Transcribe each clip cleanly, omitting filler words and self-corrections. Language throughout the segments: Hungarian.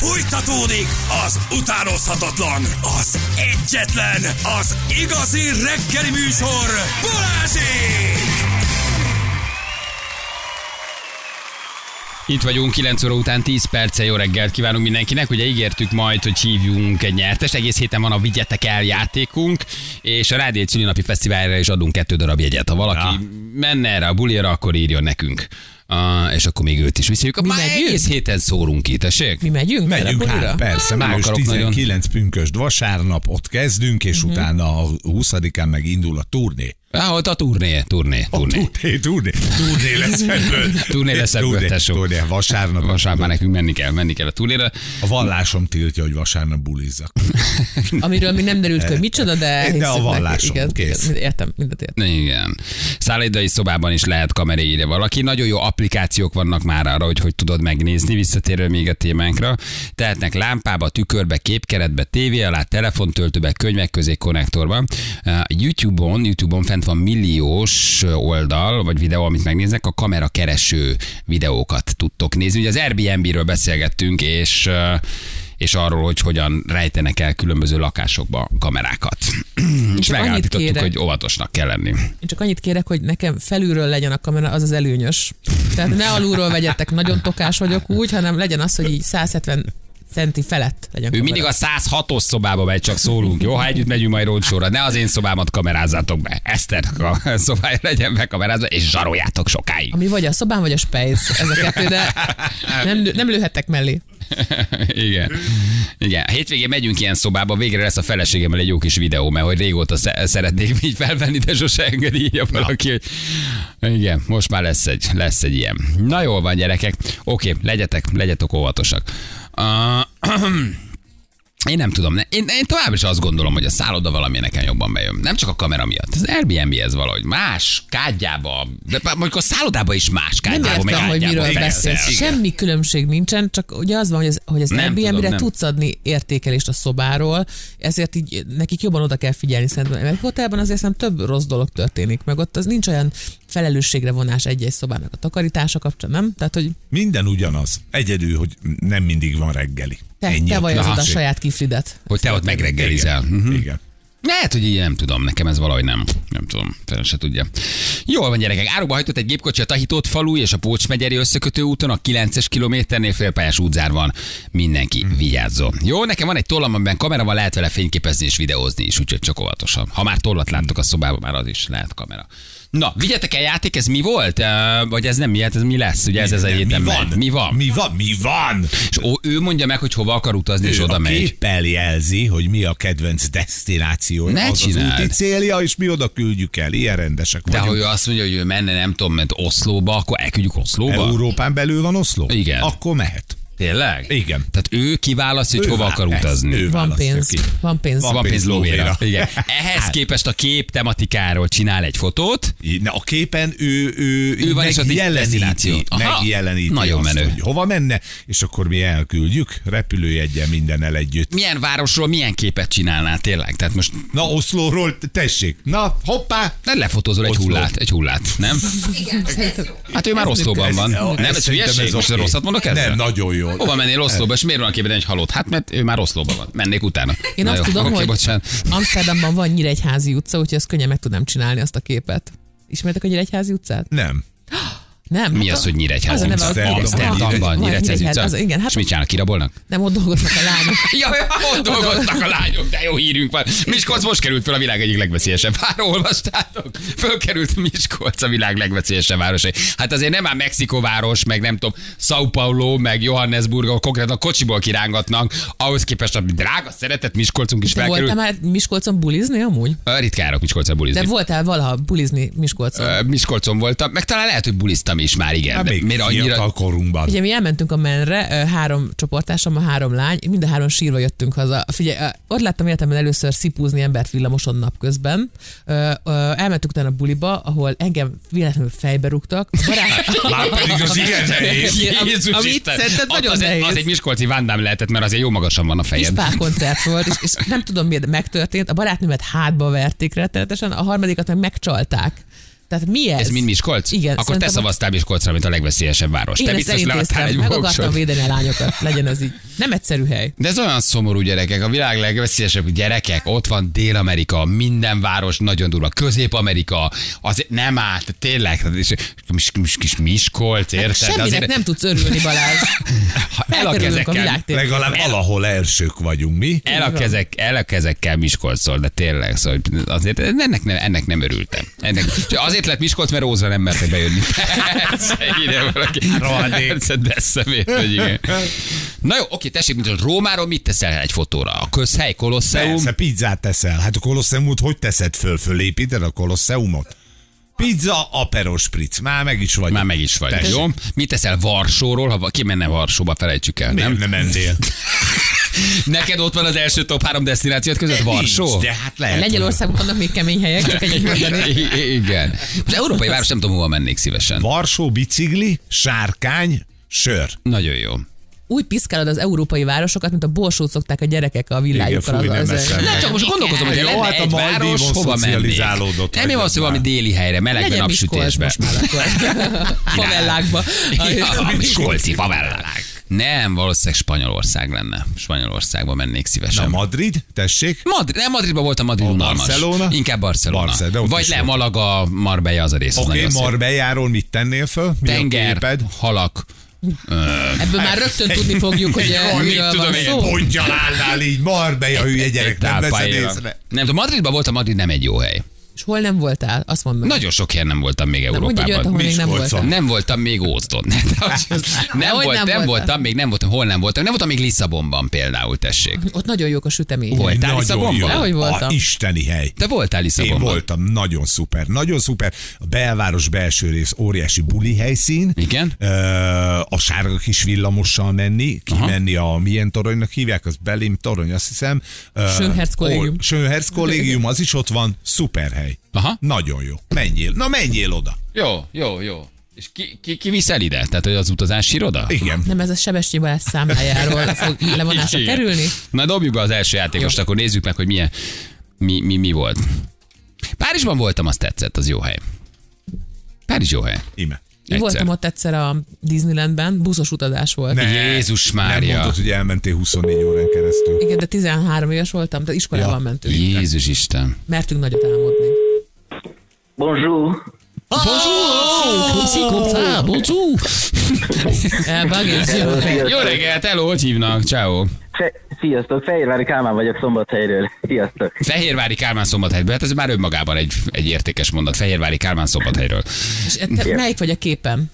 Fújtatódik az utánozhatatlan, az egyetlen, az igazi reggeli műsor, Balázsék! Itt vagyunk 9 óra után 10 perccel, jó reggelt kívánunk mindenkinek. Ugye ígértük majd, hogy hívjunk egy nyertest. Egész héten van a Vigyetek el játékunk, és a Rádió Szülinapi Fesztiválra is adunk 2 darab jegyet. Ha valaki menne erre a bulira, akkor írjon nekünk. És akkor még őt is viszont. Már egész héten szórunk ki, tessék? Mi megyünk? Megyünk, hát persze. Május 19 pünkösd vasárnap ott kezdünk, és utána a 20-án meg indul a turné. Ott a turné. Turné lesz ebből. Turné lesz ebből, tesó. Turné, vasárnap már nekünk menni kell a turnéra. A vallásom tiltja, hogy vasárnap bulizzak. Amiről mi nem derült, hogy micsoda, de a vallásom, igen, kész. Értem, mindent értem. Igen. Szállodai szobában is lehet kameré, írja valaki. Nagyon jó applikációk vannak már arra, hogy tudod megnézni, visszatérve még a témánkra. Tehetnek lámpába, tükörbe, képkeretbe, tévé alá, telefontöltőbe, könyvek közé, konnektorban. YouTube-on fent van milliós oldal, vagy videó, amit megnéznek, a kamera kereső videókat tudtok nézni. Ugye az Airbnb-ről beszélgettünk, és arról, hogy hogyan rejtenek el különböző lakásokba kamerákat. És megállapítottuk, hogy óvatosnak kell lenni. Én csak annyit kérek, hogy nekem felülről legyen a kamera, az előnyös. Tehát ne alulról vegyetek, nagyon tokás vagyok úgy, hanem legyen az, hogy így 170 centi felett legyen. Ő mindig a 106-os szobába megy, csak szólunk, jó? Ha együtt megyünk majd roadshow-ra, ne az én szobámat kamerázzátok be. Eszter a szobája legyen bekamerázva, és zsaroljátok sokáig. Ami vagy a szobám, vagy a space, ez a kettő, de nem lőhettek mellé. Igen. A hétvégén megyünk ilyen szobába, végre lesz a feleségemmel egy jó kis videó, mert hogy régóta szeretnék így felvenni, de sose engedi, írja valaki, hogy igen, most már lesz egy ilyen. Na jól van, gyerekek. Oké, legyetek óvatosak. Én nem tudom, én továbbra is azt gondolom, hogy a szálloda valami nekem jobban bejön. Nem csak a kamera miatt. Az Airbnb ez valahogy más, kádjába, de mondjuk a szállodába is más kádjába, meg hogy miről beszélsz. Semmi különbség nincsen, csak ugye az van, hogy az Airbnb-re tudsz adni értékelést a szobáról, ezért így nekik jobban oda kell figyelni szerintem. Mert hotelben azért szerintem több rossz dolog történik, meg ott az nincs olyan felelősségre vonás egy-egy szobának a takarítása kapcsán, nem? Tehát, hogy minden ugyanaz. Egyedül, hogy nem mindig van reggeli. Te vajazod a saját kiflidet. Hogy te ott megreggelizel. Igen. Lehet, hogy így nem tudom, nekem ez valahogy nem tudom, fel se tudja. Jól van, gyerekek, árokba hajtott egy gépkocsi a Tahitót falu és a Pócs-megyeri összekötő úton, a 9-es kilométernél félpályás útzár van. Mindenki vigyázzon. Jó, nekem van egy tollam, amiben kamera van, lehet vele fényképezni és videózni is, úgyhogy csak óvatosan. Ha már tollat láttok a szobában, már az is lehet kamera. Na, vigyetek el játék, ez mi volt? Vagy ez nem mi, ez mi lesz? Ugye ez a héten Mi van? És ő mondja meg, hogy hova akar utazni, és oda megy. Képpel jelzi, hogy mi a kedvenc desztinációja, az úti célja, és mi oda küldjük el. Ilyen rendesek vagyunk. De ha ő azt mondja, hogy ő menne, nem tudom, ment Oszlóba, akkor elküldjük Oszlóba? Európán belül van Oszló? Igen. Akkor mehet. Tényleg? Igen. Tehát ő kiválasztja, hogy hova akar utazni. Van pénz lóvéra. Igen. Ehhez képest a kép tematikáról csinál egy fotót. A képen ő van, és az megjeleníti nagyon azt, menő. Hogy hova menne, és akkor mi elküldjük repülőjegyen mindennel együtt. Milyen városról milyen képet csinálnál tényleg? Tehát most... Na, Oszlóról tessék. Na, hoppá! Nem lefotózol egy hullát, nem? Igen, hát ő már Oszlóban van. Nem, ez hülyeség? Most rosszat mondok ezzel? Nem, nagyon jó. Hova mennél Oszlóba, és miért van a képben egy halott? Hát, mert ő már Oszlóban van. Mennék utána. Én azt tudom, hogy Amsterdamban van Nyíregyházi utca, úgyhogy azt könnyen meg tudnám csinálni azt a képet. Ismertek a Nyíregyházi utcát? Nem. Nem. Mi az, hogy Nyíregyházi utca? Amsterdamban, Nyíregyházi utca. Igen, hát és mit csinálnak, kirabolnak? Nem, ott dolgoznak a lányok. Ott dolgoznak a lányok, de jó hírünk van. Miskolc most került fel a világ egyik legveszélyesebb város. Olvastátok? Fölkerült Miskolc a világ legveszélyesebb városa. Hát azért nem már Mexikóváros, meg nem tudom, São Paulo, meg Johannesburg, ahol konkrétan kocsiból kirángatnak. Ahhoz képest a drága szeretett Miskolcunk is felkerült. Voltál már Miskolcon bulizni amúgy? Ritkán járok Miskolcon bulizni. De voltál valaha bulizni Miskolcon? Miskolcon voltam, meg talán lehet, hogy buliztam is már, igen. Még fiatal korunkban. Ugye mi elmentünk a menre, 3 csoporttársam, a 3 lány, mind a 3 sírva jöttünk haza. Figyelj, ott láttam életemben először szipúzni embert villamoson napközben. Elmentünk utána a buliba, ahol engem véletlenül fejbe rúgtak. Már pedig az igen nehéz. Jézus Isten. Az egy miskolci Van Damme lehetett, mert azért jó magasan van a fejed. És pár koncert volt, és nem tudom miért megtörtént. A barátnőmet hátba verték rettenetesen, a harmadikat meg megcsalták. Tehát mi ez? Ez mind Miskolc? Igen. Akkor te szavaztál Miskolcra, mint a legveszélyesebb város. Én te biztos leadtál meg akartam védeni a lányokat. Legyen ez így. Nem egyszerű hely. De ez olyan szomorú, gyerekek. A világ legveszélyesebb gyerekek. Ott van Dél-Amerika, minden város nagyon durva. Közép-Amerika, az nem állt, tényleg. Kis Miskolc, érted? Semminek azért... nem tudsz örülni, Balázs. Legalább valahol elsők vagyunk, mi? El a kezekkel Miskolcról, de tényleg, szóval azért ennek nem örültem. Azért lett Miskolc, mert Ózra nem mertek bejönni. Ide valaki. Beszemért, hogy igen. Na jó, oké, tessék, mint Rómáról mit teszel egy fotóra? A közhely, Kolosseum? Persze, pizzát teszel. Hát a Kolosseumot hogy teszed föl? Fölépíted a Kolosseumot? Pizza, Aperol Spritz. Már meg is vagy. Jó. Mit teszel Varsóról? Ha ki menne Varsóba, felejtsük el, nem? Nem mennél. Neked ott van az első top 3 desztinációt között Varsó? De hát lehet. Lengyelországban vannak még kemény helyek, csak egyik mondani. Igen. Az európai város nem tudom, hova mennék szívesen. Varsó, bicikli, sárkány, sör. Nagyon jó. Úgy piszkálod az európai városokat, mint a borsót szokták a gyerekek a villájukkal. Nem, csak most gondolkozom, hogy lenne egy város, hova mennék. Nem jó az, hogy valami déli helyre, melegben, napsütésben. Favellákba. A miskolci favellák. Nem, valószínűleg Spanyolország lenne. Spanyolországba mennék szívesen. Na, Madrid, tessék? Madridban voltam, Madrid unalmas. Barcelona? Inkább Barcelona. Vagy le, Malaga, Marbella az a rész. Oké, Marbelláról mit tennél föl? Tenger, halak. Ebből már rögtön tudni fogjuk, hogy miről van szó. Pontyalálnál így, Marbella, hülye gyerek, nem veszed észre. Nem, Madridban voltam, Madrid nem egy jó hely. És hol nem voltál? Azt mondd meg. Nagyon sok helyen nem voltam még Európában. Nem voltam még Ózdon. Nem voltam még Lisszabonban például, tessék. Ott nagyon jók a sütemények. Voltál Lisszabonban? Ahogy voltam. Isteni hely. Te voltál Lisszabonban? Én voltam, nagyon szuper. Nagyon szuper. A belváros belső rész óriási buli helyszín. Igen. A sárga kis villamossal menni, kimenni a milyen toronynak hívják, az Belim torony, azt hiszem. Schönherz kollégium, az is ott van. Szuper hely. Aha. Nagyon jó. Menjél oda. Jó. És ki viszel ide? Tehát, hogy az utazási iroda? Igen. Nem, ez a Sebestyén Balázs számlájáról fog levonásra kerülni? Na, dobjuk be az első játékost, akkor nézzük meg, hogy milyen, mi volt. Párizsban voltam, az tetszett, az jó hely. Párizs jó hely. Ime. Én voltam ott egyszer a Disneylandben, buszos utazás volt. Jézus Mária. Nem mondod, hogy elmentél 24 órán keresztül. Igen, de 13 éves voltam, de iskolában mentünk. Jézus Isten. Mertünk nagyot álmodni. Bonjour. Bonjour. Jó reggelt, hello, hogy hívnak? Ciao. Sziasztok, Fehérvári Kálmán vagyok Szombathelyről. Sziasztok. Fehérvári Kálmán Szombathelyről. Hát ez már önmagában egy értékes mondat. Fehérvári Kálmán Szombathelyről. És te melyik vagy a képen?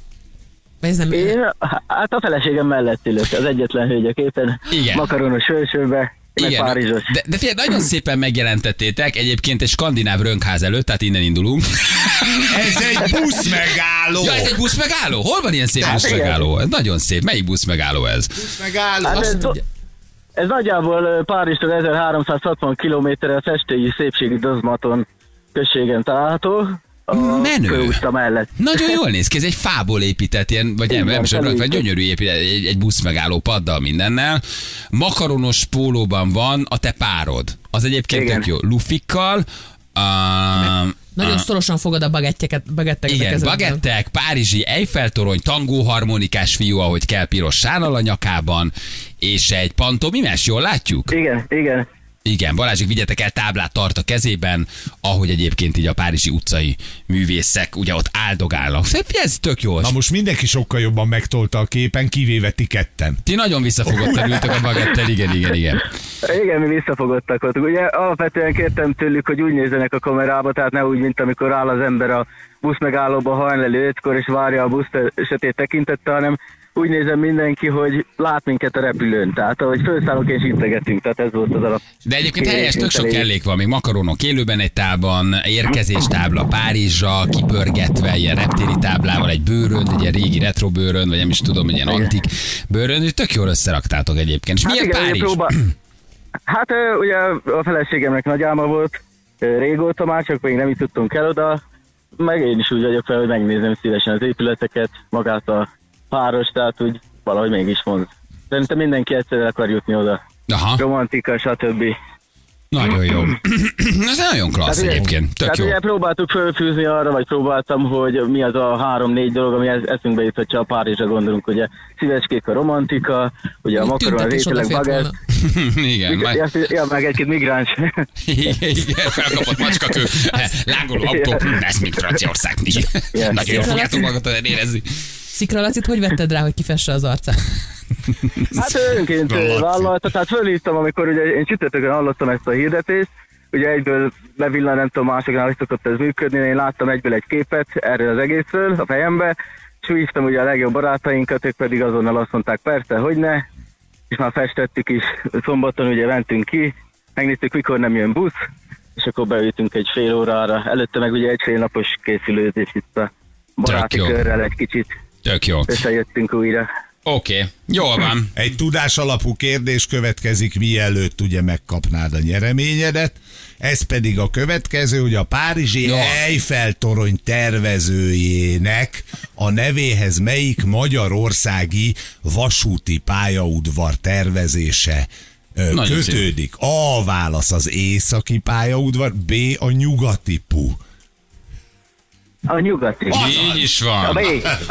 Hát a feleségem mellett ülök, az egyetlen hölgy a képen. Igen. Makaronos hősőbe. Igen, de figyelj, nagyon szépen megjelentettétek egyébként egy skandináv rönkház előtt, tehát innen indulunk. Ez egy buszmegálló! Ja, ez egy buszmegálló? Hol van ilyen szép buszmegálló? Ez nagyon szép. Melyik buszmegálló ez? Buszmegálló. Hát ez nagyjából Párizstól 1360 kilométerre a Festői Szépségi Dozmaton községen található. Menő. Mellett. Nagyon jól néz ki, ez egy fából épített, ilyen, vagy nem gyönyörű épített, egy buszmegálló paddal mindennel. Makaronos pólóban van a te párod. Az egyébként tök jó. Lufikkal. Nagyon szorosan fogad a bagetteket. Igen, bagettek, párizsi Eiffel-torony, tangóharmonikás fiú, ahogy kell, piros sánal a nyakában, és egy pantomimes, jól látjuk? Igen. Igen, Balázsik, vigyetek el, táblát tart a kezében, ahogy egyébként így a párizsi utcai művészek ugye ott áldogálnak. Ez tök jó. Na most mindenki sokkal jobban megtolta a képen, kivéve ti ketten. Ti nagyon visszafogottan ültök a bagettel, igen. Igen, mi visszafogottak ott. Ugye alapvetően kértem tőlük, hogy úgy nézzenek a kamerába, tehát ne úgy, mint amikor áll az ember a buszmegállóba hajnali 5-kor és várja a buszt sötét tekintette, hanem úgy nézem mindenki, hogy lát minket a repülőn, tehát ahogy felszállunk és integetünk, tehát ez volt az alap. De egyébként helyes, tök sok kellék van, még makaronok élőben egy tálban, érkezéstábla Párizsra, kipörgetve, ilyen reptéri táblával, egy bőrönd, egy ilyen régi retro bőrönd, vagy nem is tudom, egy ilyen antik bőrönd, tök jól összeraktátok egyébként. És miért Párizs? Hát ugye a feleségemnek nagy álma volt, régóta már, csak még nem jutottunk el oda, meg én is úgy vagyok fel, hogy megnézem szívesen az épületeket, magát a páros, tehát úgy valahogy mégis mond. Szerintem mindenki egyszerűen akar jutni oda. Aha. Romantika, stb. Nagyon jó. Ez nagyon klassz egyébként. Tök jó. Ugye próbáltuk fölfűzni arra, vagy próbáltam, hogy mi az a 3-4 dolog, ami eszünkbe jut, hogyha a Párizsra gondolunk. Ugye szívecskék, a romantika, ugye a makaron, az ételek, bagett. Igen. Ja, meg egy-két migráns. Igen, felkapott macskakő, lángoló autó, ez mind Franciaország. Nagyon jól fogjátok magadat érezni. Szikra Lacit, hogy vetted rá, hogy kifesse az arcát? Hát önként vállalta, tehát fölhívtam, amikor ugye én csütörtökön hallottam ezt a hirdetést, ugye egyből bevillan, nem tudom, másoknál, hogy szokott ez működni, én láttam egyből egy képet erről az egészről a fejembe, és hívtam ugye a legjobb barátainkat, ők pedig azonnal azt mondták, persze, hogy ne, és már festettük is, szombaton ugye mentünk ki, megnéztük, mikor nem jön busz, és akkor beültünk egy fél órára, előtte meg ugye egy fél napos készülődés itt a baráti körrel egy kicsit. Tök jó. Összejöttünk újra. Oké, jól van. Egy tudás alapú kérdés következik, mielőtt ugye megkapnád a nyereményedet. Ez pedig a következő, hogy a párizsi Eiffel-torony tervezőjének a nevéhez melyik magyarországi vasúti pályaudvar tervezése kötődik? A válasz az északi pályaudvar, B a nyugati PU. A nyugati. Így is van. A B.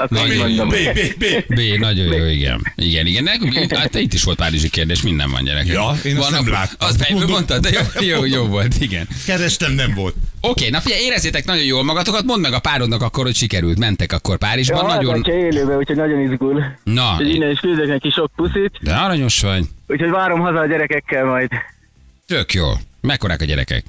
B, nagyon jó, igen. Igen. Hát itt is volt párizsi kérdés, minden van, gyerekek. Ja, én azt nem láttam. Azt fejből mondtad, de jó volt, igen. Kerestem, nem volt. Oké, na figyelj, érezzétek nagyon jól magatokat, mondd meg a párodnak akkor, hogy sikerült, mentek akkor Párizsban. Ja, nagyon... hát élőben, úgyhogy nagyon izgul. Na. Innen is küldök neki sok puszit. De aranyos vagy. Úgyhogy várom haza a gyerekekkel majd. Tök jó. Mekkorák a gyerekek?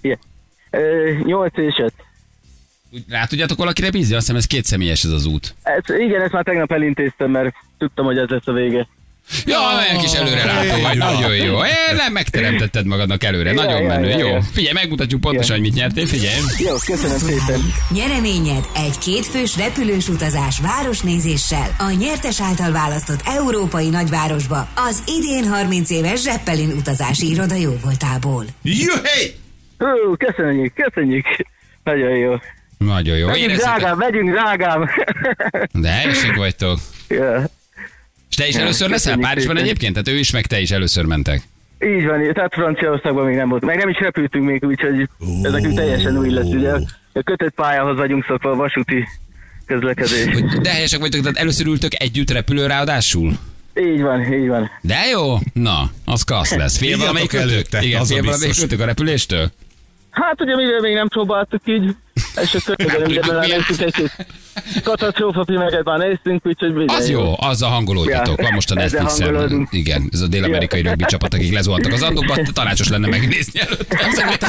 8 és 5. Rá tudjátok valakire bízni? Azt hiszem, ez 2 személyes ez az út. Igen, ezt már tegnap elintéztem, mert tudtam, hogy ez lesz a vége. Ja, olyan kis előre látó vagy, nagyon jó. Nem megteremtetted magadnak előre, nagyon menő. Jó, figyelj, megmutatjuk pontosan, hogy mit nyertél, figyelj. Jó, köszönöm szépen. Nyereményed egy 2 fős repülős utazás városnézéssel a nyertes által választott európai nagyvárosba az idén 30 éves Zeppelin utazási iroda jóvoltából. Jöhely! Köszönjük. Nagyon jó. Nagyon jó. Megyünk drágám. De helyesek vagytok. Yeah. És te is először leszel Párizsban egyébként? Tehát ő is, meg te is először mentek. Így van, tehát Franciaországban még nem volt. Meg nem is repültünk még, úgyhogy ez nekünk teljesen új lesz. Ugye a kötött pályához vagyunk szokva, a vasúti közlekedés. De helyesek vagytok, tehát először ültök együtt repülő ráadásul? Így van. De jó? Na, az klassz lesz. Fél valamelyik kötök? Igen, fél valamelyik kötök a repüléstől? Hát ugye mivel még nem próbáltuk így, és a kötőben néztünk egy katasztrófa filmeket már néztünk, úgyhogy minden az jó, azzal hangolódjatok. Van most a Netflixen. Igen, ez a dél-amerikai rögbi csapat, akik lezuhantak az Andokba, tanácsos lenne megnézni előtte.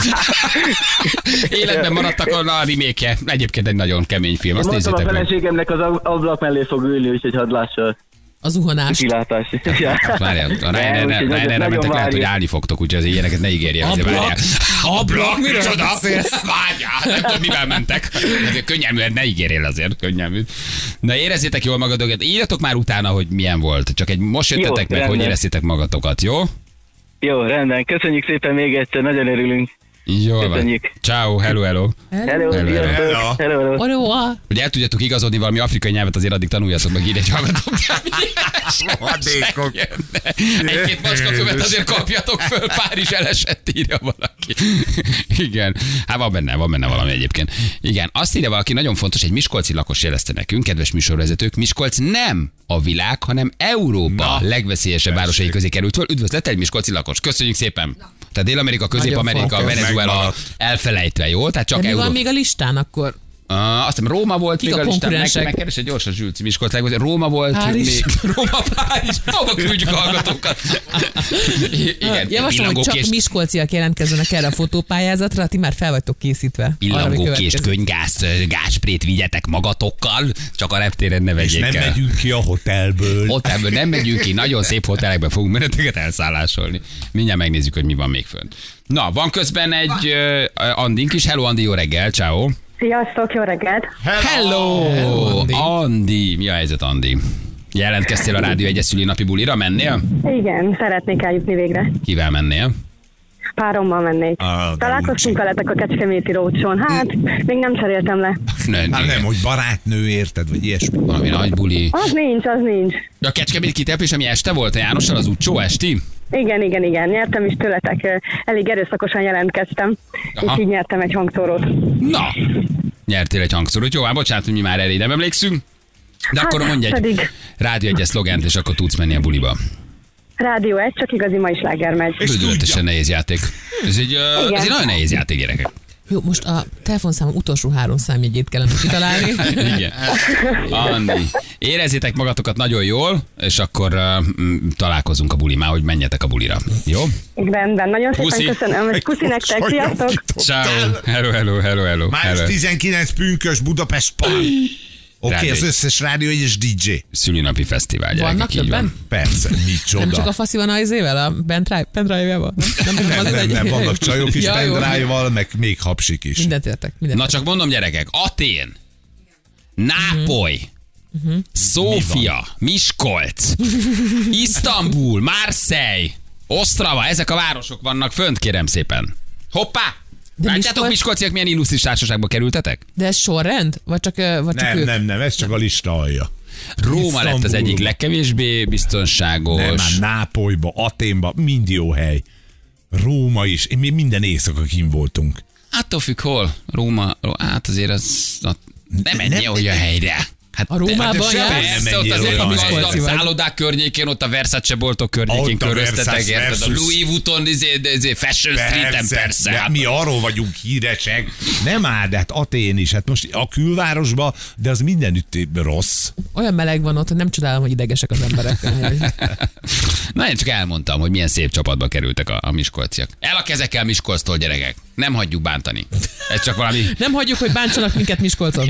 Életben maradtak a remake-je. Egyébként egy nagyon kemény film, azt nézzétek meg. A feleségemnek az ablak mellé fog ülni, úgyhogy hadd lássa. A zuhanás. Kilátás. Várjál, a Ryanair-re mentek, lehet, hogy állni fogtok, úgyhogy az ilyeneket ne ígérje. Ablak? Miről beszélsz? Várjál, nem tudom, mivel mentek. Könnyelműen ne ígérjél azért, könnyelmű. Na érezzétek jól magatokat, írjatok már utána, hogy milyen volt. Csak most jöttetek meg, hogy éreztétek magatokat, jó? Jó, rendben. Köszönjük szépen még egyszer, nagyon örülünk. Jól van. Ciao, hello. Hogy el tudjátok igazodni valami afrikai nyelvet, azért addig tanuljatok meg, írj egy hallgatók. Egy-két macskakövet azért kapjatok föl, Párizs elesett, írja valaki. Igen, hát van benne valami egyébként. Igen, azt írja valaki, nagyon fontos, egy miskolci lakos jelezte nekünk, kedves műsorvezetők, Miskolc nem a világ, hanem Európa legveszélyesebb városai közé került föl. Üdvözlettel, miskolci lakos. Köszönjük szépen. Tehát Dél-Amerika, Közép-Amerika, Venezuela elfelejtve, jó? Tehát csak mi van még a listán akkor? Azt hiszem Róma volt még a listán, megkeresed gyorsan Zsülci Miskolc, Róma volt még. Párizs. Hova küldjük a hallgatókat? Igen. Javaslom, hogy csak miskolciak jelentkezzenek erre a fotópályázatra, ti már fel vagytok készítve. Pillangókést, könyvgázt, gázsprét vigyetek magatokkal, csak a reptéren ne vegyék el. És nem megyünk ki a hotelből. Hotelből nem megyünk ki, nagyon szép hotelekbe fogunk benneteket elszállásolni. Mindjárt megnézzük, hogy mi van még fönn. Na, van közben egy Andink is. Hello Andi, jó reggel, ciao. Sziasztok, jó reggelt! Hello! Andi! Mi a helyzet, Andi? Jelentkeztél a Rádió 1-es szülinapi bulira, mennél? Igen, szeretnék eljutni végre. Kivel mennél? Párommal mennék. Találkoztunk veletek a Kecskeméti Rócsón. Hát, még nem cseréltem le. Nem, hogy barátnő, érted, vagy ilyesmi. Valami nagy buli. Az nincs. De a Kecskemét kitelepülés, ami este volt a Jánossal, az utcsó esti? Igen, nyertem is tőletek, elég erőszakosan jelentkeztem, és így nyertem egy hangszórót. Na, nyertél egy hangszórót. Jó, hát bocsánat, hogy mi már elég nem emlékszünk, de akkor mondj egy Rádió 1-es szlogent, és akkor tudsz menni a buliba. Rádió 1, csak igazi mai sláger megy. Bődületesen nehéz játék. Ez egy nagyon nehéz játék, gyerekek. Jó, most a telefonszámom utolsó 3 számjegyét kellene kitalálni. Igen. Andi, érezzétek magatokat nagyon jól, és akkor találkozunk a bulimán, hogy menjetek a bulira. Jó? Rendben, nagyon szépen köszönöm. Puszi nektek, sziasztok! Ciao. Hello. Május 19 pünkös Budapest Park. Oké, az összes rádió és DJ. Szülinapi fesztivál, gyerekek. Vannak többen? Persze, micsoda. Nem csak a faszi van a izével, a pendrive-val? Nem, vannak csajok is pendrive-val, meg még hapsik is. Mindent értek. Na csak mondom, gyerekek, Atén, Nápoly, Szófia, Miskolc, Isztambul, Marseille, Osztrava, ezek a városok vannak fönt, kérem szépen. Hoppá! Látjátok, miskolciak milyen illusztris társaságba kerültetek? De ez sorrend? Vagy csak ők? Nem, ez csak a lista alja. Róma lett az egyik legkevésbé biztonságos. Nem, már Nápolyba, Aténba, mind jó hely. Róma is, mi minden éjszaka kint voltunk. Attól függ hol. Róma, hát azért nem menj olyan helyre. Hát a Rómában persze, ott azért a gazdag szállodák környékén, ott a Versace boltok környékén köröztetek, érted? A Louis Vuitton Fashion Streeten, persze. Hát mi arról vagyunk híresek. Nem áll, de hát Atén is. Hát most a külvárosba, de az mindenütt rossz. Olyan meleg van ott, hogy nem csodálom, hogy idegesek az emberek. Na, én csak elmondtam, hogy milyen szép csapatba kerültek a miskolciak. El a kezekkel Miskolctól, gyerekek. Nem hagyjuk bántani. Ez csak valami... Nem hagyjuk, hogy bántsanak minket Miskolcon.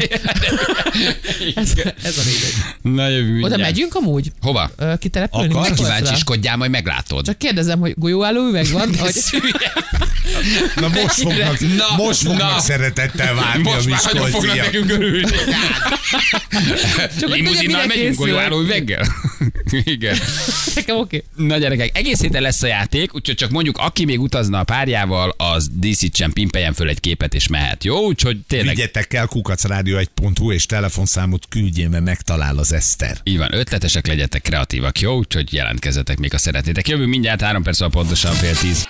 Ez a lényeg. Na, jövő. Oda megyünk amúgy? Hova? Kitelepülni? Akar? Kíváncsiskodjál, majd meglátod. Csak kérdezem, hogy golyóálló üveg van? Na most fognak szeretettel várni most a miskolciak. Most már fognak nekünk örülni. Limuzinnal megyünk golyóálló üveggel? Igen. Nekem oké. Na gyerekek, egész héten lesz a játék, úgyhogy csak mondjuk, aki még utazna a párjával, az díszítsen, pimpeljen föl egy képet és mehet. Jó? Úgyhogy tényleg... Vigyetek el kukacradio1.hu és telefonszámot küldjén, mert megtalál az Eszter. Így van, ötletesek legyetek, kreatívak, jó? Úgyhogy jelentkezzetek még, ha szeretnétek. Jövünk mindjárt 3 perc, pontosan 9:30.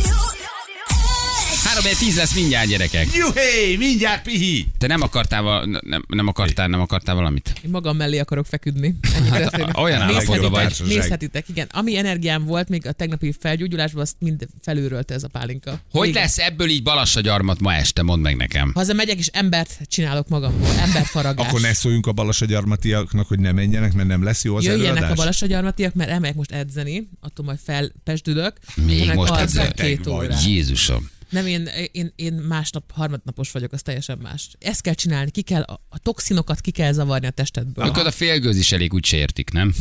3:10 lesz mindjárt, gyerekek. Juhé, mindjárt pihi. Te nem akartál valamit? Én magam mellé akarok feküdni. Hát, olyan állapotban vagy. Nézhetitek, igen. Ami energiám volt még a tegnapi felgyógyulásban, azt mind felülrölte ez a pálinka. Hogy igen. Lesz ebből így Balassagyarmat ma este, mondd meg nekem. Hazamegyek és embert csinálok magamból, emberfaragás. Akkor ne szóljunk a Balassagyarmatiaknak, hogy ne menjenek, mert nem lesz jó az előadás. Jöjjenek a Balassagyarmatiak, mert elmegyek most edzeni, attól majd felpesdülök. Még most edzetek vagy, Jézusom. Nem, én másnap, harmadnapos vagyok, az teljesen más. Ezt kell csinálni, a toxinokat ki kell zavarni a testedből. Akkor a félgőz is elég úgy se értik, nem?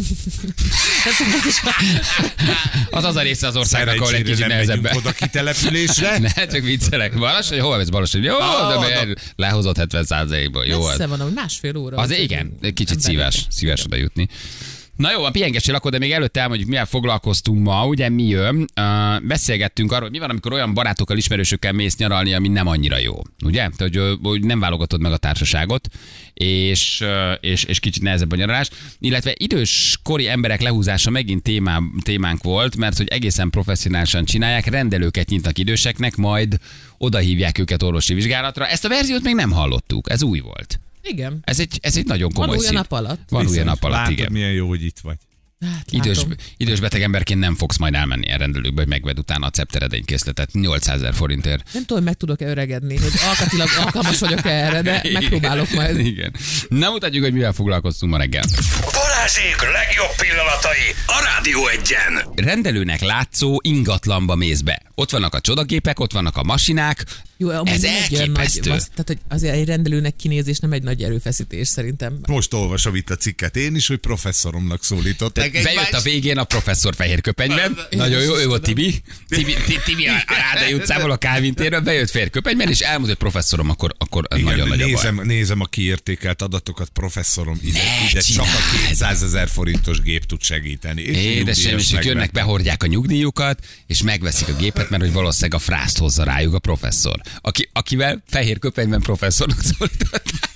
az a része az országnak, ahol egy kicsit nehezebben. Oda kitelepülésre. Ne, csak viccelek. Balassagy, hol vesz Balassagy? Jó, de lehozott 70%-ból. Jó. Messze van, hogy másfél óra. Az igen, kicsit szívás oda jutni. Na jó, a pihengessél akkor, de még előtte elmondjuk, mivel foglalkoztunk ma, ugye mi jön. Beszélgettünk arról, hogy mi van, amikor olyan barátokkal, ismerősökkel mész nyaralni, ami nem annyira jó. Ugye? Tehát, hogy nem válogatod meg a társaságot, és kicsit nehezebb a nyaralás. Illetve időskori emberek lehúzása megint témánk volt, mert hogy egészen professzionálisan csinálják, rendelőket nyitnak időseknek, majd odahívják őket orvosi vizsgálatra. Ezt a verziót még nem hallottuk, ez új volt. Igen. Ez egy nagyon komoly szín. Van új a nap alatt, látod, igen. milyen jó, hogy itt vagy. Hát, idős beteg emberként nem fogsz majd elmenni a rendelőkbe, hogy megved utána a cepteredénykészletet 800 000 forintért. Nem tudom, hogy meg tudok-e öregedni, hogy alkatilag alkalmas vagyok-e erre, de megpróbálok majd. Igen. Na mutatjuk, hogy mivel foglalkoztunk ma reggel. Balázsék legjobb pillanatai a Rádió 1-en. Rendelőnek látszó ingatlanba mész be. Ott vannak a csodagépek, ott vannak a masinák. Jó, ez elképesztő. Tehát, hogy azért egy rendelőnek kinézés nem egy nagy erőfeszítés szerintem. Most olvasom itt a cikket én is, hogy professzoromnak szólították. Bejött a végén a professzor fehér köpenyben. Nagyon jó, ő volt Tibi a Rádai utcából, a Kálvin térről, bejött fehér köpenyben, és elmondta, hogy professzorom, akkor nagyon nagy a baj. Nézem a kiértékelt adatokat, professzorom, ide csak a 200 000 forintos gép tud segíteni. Édesem, és ők jönnek, behordják a nyugdíjukat, és megveszik a gépet, mert hogy valószínűleg a frászt hozza rájuk a professzor. Akivel fehér köpenyben professzornak szólították.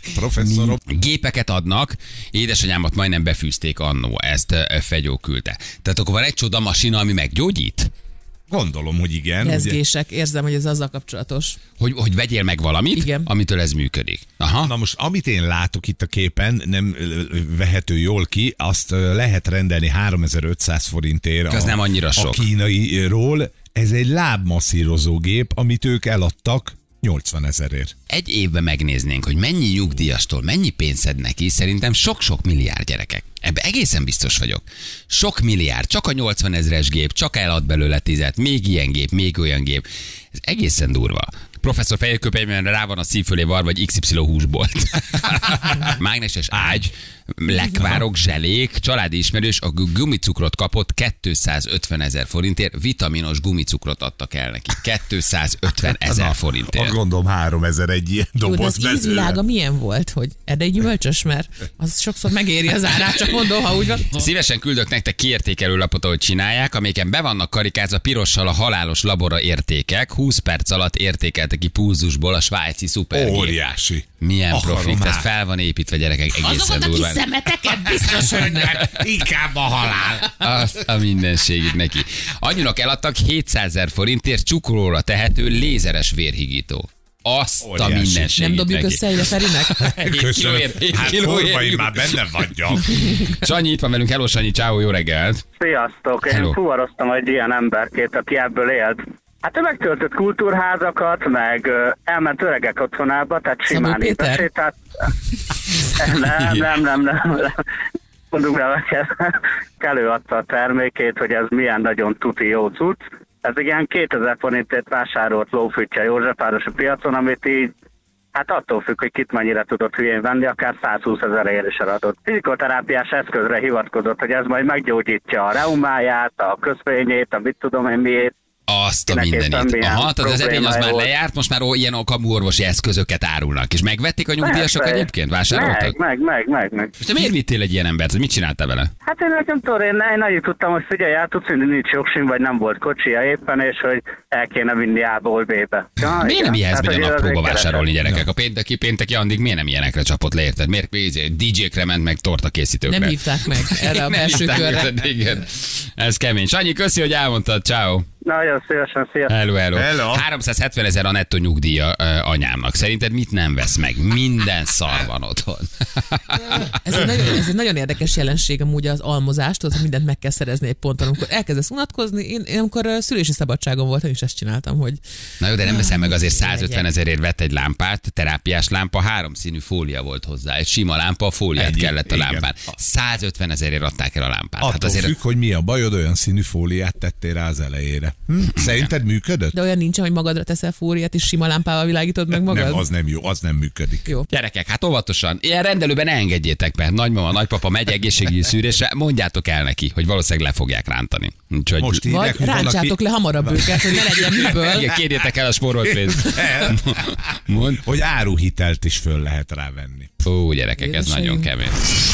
Professzorom. Gépeket adnak, édesanyámat majdnem befűzték annó, ezt Fegyó küldte. Tehát akkor van egy csoda masina, ami meggyógyít? Gondolom, hogy igen. Rezgések, érzem, hogy ez azzal kapcsolatos. Hogy vegyél meg valamit, igen, amitől ez működik. Aha. Na most, amit én látok itt a képen, nem vehető jól ki, azt lehet rendelni 3500 forintért az nem annyira sok. A kínairól. Ez egy lábmasszírozó gép, amit ők eladtak 80 000-ért. Egy évben megnéznénk, hogy mennyi nyugdíjastól, mennyi pénzt szed neki, szerintem sok-sok milliárd, gyerekek. Ebben egészen biztos vagyok. Sok milliárd, csak a 80 000-es gép, csak elad belőle 10, még ilyen gép, még olyan gép. Ez egészen durva. Professzor fejköpenyben rá van a szív fölé var, vagy XY húsbolt. Mágneses ágy, lekvárok, zselék, családi ismerős a gumicukrot kapott 250 000 forintért, vitaminos gumicukrot adtak el neki. 250 000 forintért. Gondolom 3000 egy ilyen doboz. Jó, az ízvilága milyen volt, hogy erdei gyümölcsös, mert az sokszor megéri az árát, csak mondom, ha úgy van. Szívesen küldök nektek kiértékelő lapot, ahogy csinálják, amelyiken be vannak karikázva pirossal a halálos labora értékek, 20 perc alatt értékeltek ki pulzusból a svájci szupergép. Óriási. Milyen profik, ez fel van építve, gyerekek, egészen durván. Szemeteket biztos, hogy nem. Inkább a halál. Azt a mindenségét neki. Anyunak eladtak 700 000 forintért cukróra tehető lézeres vérhigító. Azt óriási. A mindenségét nem dobjuk neki. össze ide Ferinek? Köszönöm. Hát formaim már benne vagyok. Sanyi itt van velünk. Hello Sanyi, ciao, jó reggelt. Sziasztok, én fuvaroztam egy ilyen emberkét, aki ebből élt. Hát ő megtöltött kultúrházakat, meg elment öregek otthonába, tehát simán étesétát. Nem. Mondjuk előadta a termékét, hogy ez milyen nagyon tuti jó cucc. Ez ilyen 2000 forintért vásárolt lófüttye Józsefvárosi piacon, amit így, hát attól függ, hogy kit mennyire tudott hülyén venni, akár 120 000-ért is eladott. Fizikoterápiás eszközre hivatkozott, hogy ez majd meggyógyítja a reumáját, a közvényét, a mit tudom én miért. Azt a mindenit. Aha, tehát az edény az már lejárt, most már ilyen kamu orvosi eszközöket árulnak. És megvették a nyugdíjasok egyébként? Vásároltak? Meg. És te miért vittél egy ilyen embert? Miért csináltál vele? Hát én nekem tudom, én annyit tudtam, hogy figyelj, el tudsz, hogy nincs jogsim, vagy nem volt kocsia éppen, és hogy el kéne vinni A-ból B-be. Ja, miért nem ilyenhez megy a naplóba vásárolni, gyerekek? A pénteki addig miért nem ilyenekre csapott le, érted? Miért DJ-kre ment meg tortakészítőkre? Nem hívták meg erre a belső körre. Igen. Ez kemény. Sanyi, köszi, hogy elmondtad. Ciao. Nagyon szívesen, sziasztok. Hello. 370 000 a nettó nyugdíja anyámnak. Szerinted mit nem vesz meg? Minden szar van otthon. Ez egy nagyon érdekes jelenség amúgy az almozást, hogy mindent meg kell szerezni egy ponton. Amikor elkezdesz unatkozni, én amikor szülési szabadságon voltam, és ezt csináltam, hogy... Na jó, de nem veszem meg azért 150 000-ért vett egy lámpát, terápiás lámpa, 3 színű fólia volt hozzá. Egy sima lámpa, a fóliát kellett a lámpán. 150 000-ért adták el a lámpát. Attól hát azért... függ, hogy mi a bajod, olyan színű fóliát tettél rá az elejére. Szerinted működött? De olyan nincsen, hogy magadra teszel fóliát, és sima lámpával világítod meg magad? Nem, az nem jó, az nem működik. Jó. Gyerekek, hát óvatosan. Ilyen rendelőben ne engedjétek be. Nagymama, nagypapa megy egészségügyi szűrésre, mondjátok el neki, hogy valószínűleg le fogják rántani. Úgyhogy... Most írják, vagy ráncsátok le hamarabb őket, hogy ne legyen miből. Igen, kérjétek el a spórolt pénzt. Hogy áruhitelt is föl lehet rávenni. Ó, gyerekek, ez nagyon kemény.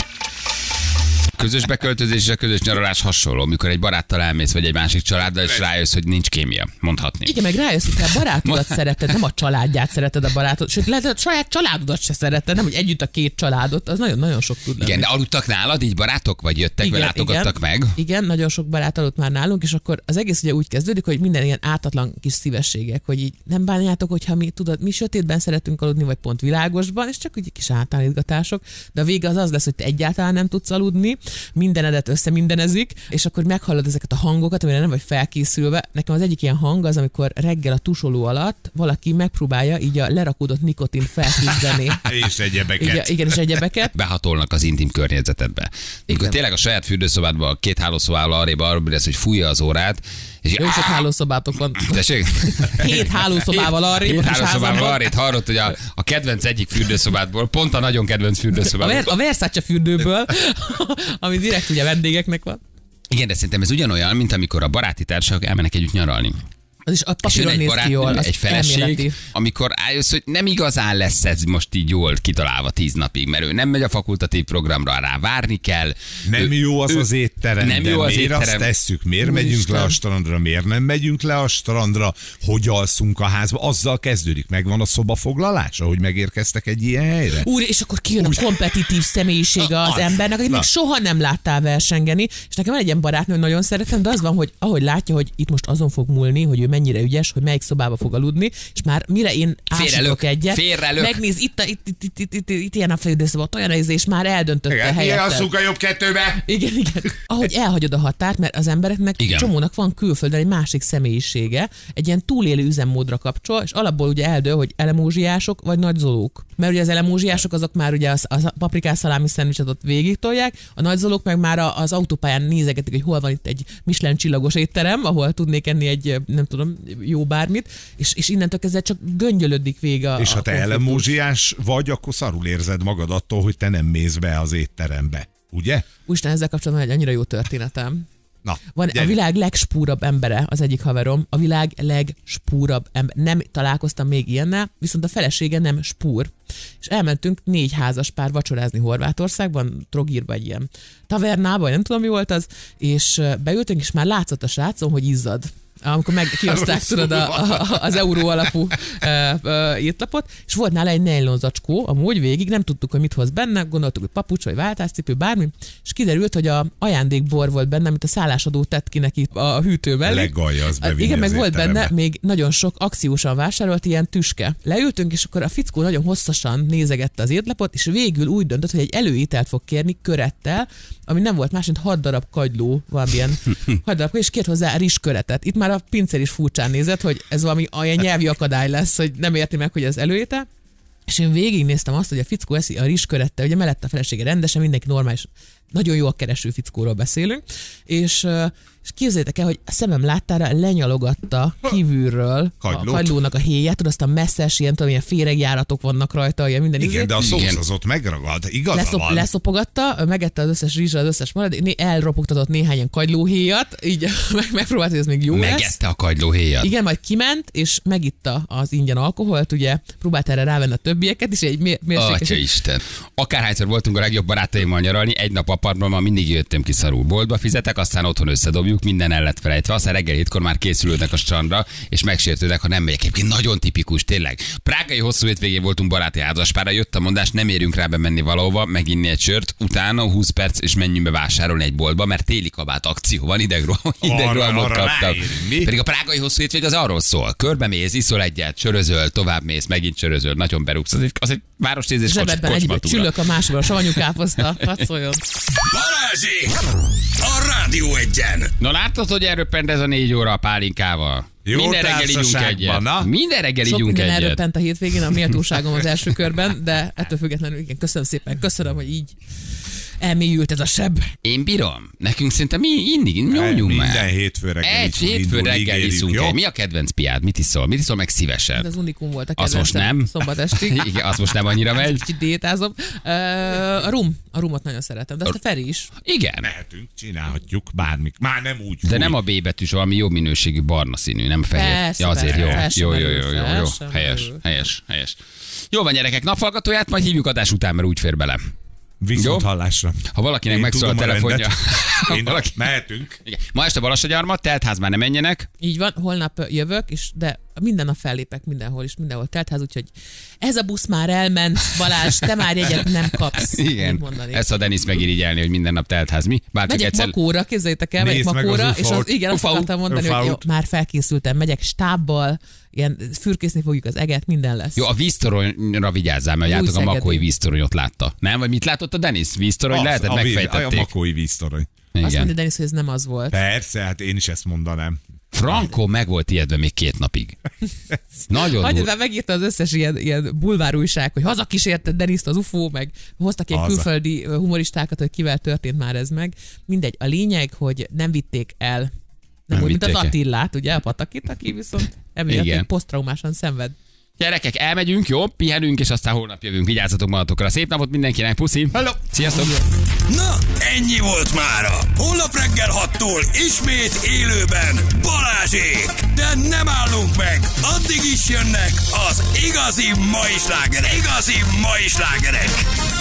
Közös beköltözés és a közös nyaralás hasonló, mikor egy baráttal elmész, vagy egy másik családdal, és rájössz, hogy nincs kémia, mondhatni. Igen, meg rájössz, hogy te a barátodat szereted, nem a családját szereted a barátod, sőt, lehet, hogy a saját családodat se szereted, nem, hogy együtt a két családot, az nagyon-nagyon sok tud lenni. Igen, de aludtak nálad így barátok, vagy jöttek, vagy látogattak meg? Igen, nagyon sok barát aludt már nálunk, és akkor az egész ugye úgy kezdődik, hogy minden ilyen ártatlan kis szívességek, hogy így nem bánjátok, hogyha mi sötétben szeretünk aludni, vagy pont világosban, és csak úgy kis általítgatások, de a vége az lesz, hogy te egyáltalán nem tudsz aludni, mindenedet összemindenezik, és akkor meghallod ezeket a hangokat, amire nem vagy felkészülve. Nekem az egyik ilyen hang az, amikor reggel a tusoló alatt valaki megpróbálja így a lerakódott nikotin felküzdeni. És egyebeket. Igen, és egyebeket. Behatolnak az intim környezetedbe. Amikor tényleg a saját fürdőszobádban, 2 hálószobával arrébb lesz, hogy fújja az órát, és jó sok hálószobátok van. Tessék? 7 hálószobával arrébb. 7 hálószobával arrébb hallott, hogy a kedvenc egyik fürdőszobádból, pont a nagyon kedvenc fürdőszobádból. A Versace fürdőből, ami direkt ugye vendégeknek van. Igen, de szerintem ez ugyanolyan, mint amikor a baráti társak elmennek együtt nyaralni. Az is a papíron néz ki jól, egy feleség, elméleti. Amikor álljössz, hogy nem igazán lesz ez most így jól kitalálva 10 napig, mert ő nem megy a fakultatív programra, rá várni kell. Nem jó az az étterem, nem jó az miért étterem. Azt tesszük? Miért megyünk le a strandra, miért nem megyünk le a strandra, hogy alszunk a házba? Azzal kezdődik, megvan a szobafoglalás, ahogy megérkeztek egy ilyen helyre. Úr, és akkor kijön a kompetitív személyisége az embernek, akit még soha nem láttál versengeni, és nekem van egy ilyen barátnő, nagyon szeretem, de az van, hogy ahogy látja, hogy itt most azon fog múlni, hogy ő mennyire ügyes, hogy melyik szobába fog aludni, és már mire én ásítok egyet, megnéz itt ilyen a fejlődőszoba, olyan és már eldöntötte a helyet. Alszunk a jobb kettőbe. Igen. Ahogy elhagyod a határt, mert az embereknek csomónak van külföldön egy másik személyisége, egy ilyen túlélő üzemmódra kapcsol, és alapból ugye eldől, hogy elemózsiások vagy nagyzolók. Mert ugye az elemózsiások azok már ugye a paprikás szalámi szendvicset ott végig tolják, a nagyzolók meg már az autópályán nézegetik, hogy hol van itt egy Michelin csillagos étterem, ahol tudnék enni egy, nem tudom, jó bármit, és innentől kezdve csak göngyölödik vége. És ha te elemózsiás vagy, akkor szarul érzed magad attól, hogy te nem mész be az étterembe, ugye? Úristen, ezzel kapcsolatban egy annyira jó történetem. Na, van a világ legspúrabb embere, az egyik haverom, a világ legspúrabb ember. Nem találkoztam még ilyennel, viszont a felesége nem spúr. És elmentünk 4 házas pár vacsorázni Horvátországban, Trogirba egy ilyen tavernába, nem tudom mi volt az, és beültünk, és már látszott a srácon, hogy izzad. Amikor kioszták, tudod, az euró alapú étlapot, és volt nála egy nejlon zacskó, amúgy végig, nem tudtuk, hogy mit hoz benne, gondoltuk, hogy papucs vagy váltáscipő, bármi, és kiderült, hogy a ajándékbor volt benne, amit a szállásadó tett ki neki a hűtő mellé. Legalja az bevinni. Igen, meg volt benne még nagyon sok akciósan vásárolt ilyen tüske. Leültünk, és akkor a fickó nagyon hosszasan nézegette az étlapot, és végül úgy döntött, hogy egy előételt fog kérni körettel, ami nem volt más, mint 6 darab kagyló, valamilyen 6 darab, és kért hozzá rizsköretet. Itt már a pincér is furcsán nézett, hogy ez valami olyan nyelvi akadály lesz, hogy nem érti meg, hogy ez előétel. És én végignéztem azt, hogy a fickó eszi a rizskörettel, ugye mellett a felesége rendesen, mindenki normális, nagyon jó a kereső fickóról beszélünk, és képzeljétek el, hogy a szemem láttára lenyalogatta kívülről a kagylónak a héját, tudod, azt a messzes, ilyen féregjáratok vannak rajta, ilyen minden. Igen, de a szósz az ott megragad, igaza van. Leszopogatta, megette az összes rizsra, az összes marad, elropogtatott néhány ilyen kagylóhéjat, így megpróbált, hogy ez még jó lesz. Megette a kagylóhéjat. Igen, majd kiment, és megitta az ingyen alkoholt, ugye, próbált erre rávenni a többieket, és egy mérsékes. Atyaisten. Akárhányszor voltunk a legjobb barátaimmal nyaralni, egy nap apartmanban mindig jöttem ki szarul. Boltba fizetek, aztán otthon összedobjuk, minden el lett felejtve. Aztán reggel 7-kor már készülődnek a strandra, és megsértődnek, ha nem megyek. Egyébként nagyon tipikus, tényleg. Prágai hosszú hétvégén voltunk baráti házaspárra, jött a mondás, nem érünk rá bemenni valahova, meginni egy sört, utána 20 perc, és menjünk be vásárolni egy boltba, mert téli kabát akció van, idegrohamot kaptak. Pedig a prágai hosszú hétvég az arról szól. Körbemész, iszol egyet, sörözöl, tovább mész, megint sörözöl, nagyon berúgsz. Az egy városnézés kocsmatúra. Csülök a másikban, a savanyú káposzta, hadd szóljon. Balázsék! A Rádió Egyen! Na láttad, hogy elröppent ez a 4 óra a pálinkával? Jó minden reggel ígyunk egyet. Minden reggel ígyunk egyet. Sok minden elröppent a hétvégén, a méltóságom az első körben, de ettől függetlenül igen, köszönöm szépen, köszönöm, hogy így elmélyült ez a seb. Én bírom. Nekünk szerintem nyomjunk már. Minden hétfő reggel iszunk. Mi a kedvenc piád? Mit iszol? Mit iszol meg szívesen? De az unikum volt a kedvencem. Azt most nem? Szombat estig. Igen, azt most nem annyira megy. Kicsit diétázom. A rumot nagyon szeretem, de azt a Feri is. Igen. Mehetünk, csinálhatjuk bármik. Már nem úgy. De nem a B betűs, valami jobb minőségű barna színű, nem fehér. Persze, ja, azért jó. Helyes. Jó van, gyerekek, naphallgatóját majd hívjuk adás után, mert úgy fér bele. Viszont hallásra. Ha valakinek megszól a telefonja. Mehetünk. Igen. Ma este Balassagyarmat, teltház már nem menjenek. Így van, holnap jövök, de minden nap fellépek mindenhol is, mindenhol teltház, úgyhogy ez a busz már elment, Balázs, te már jegyet nem kapsz. Igen, ezt a Denis megirigyelni, hogy minden nap teltház. Mi? Megyek Makóra, képzeljétek el, megyek Makóra, és azt akartam mondani, hogy jó, már felkészültem, megyek stábbal, ilyen fürkészni fogjuk az eget, minden lesz. Jó, a víztoronyra vigyázzál, mert játok a makói víztoronyot látta. Nem? Vagy mit látott a Denis? Víztorony lehetett, megfejtették. A makói víztorony. Azt mondja Denis, hogy ez nem az volt. Persze, hát én is ezt mondanám. Franco meg volt ijedve még 2 napig. Nagyon Hagyjad már, megírta az összes ilyen bulvárújság, hogy hazakísérte Deniszt az UFO, meg hoztak ilyen külföldi humoristákat, hogy kivel történt már ez meg. Mindegy, a lényeg, hogy nem vitték el. Nem úgy, mint az Attillát, ugye, a Patakit, aki viszont emiatt posztraumásan szenved. Gyerekek, elmegyünk, jó? Pihenünk, és aztán holnap jövünk. Vigyázzatok magatokra. Szép napot mindenkinek, puszi. Hello! Sziasztok! Na, ennyi volt mára. Holnap reggel 6-tól ismét élőben Balázsék. De nem állunk meg. Addig is jönnek az igazi mai slágerek.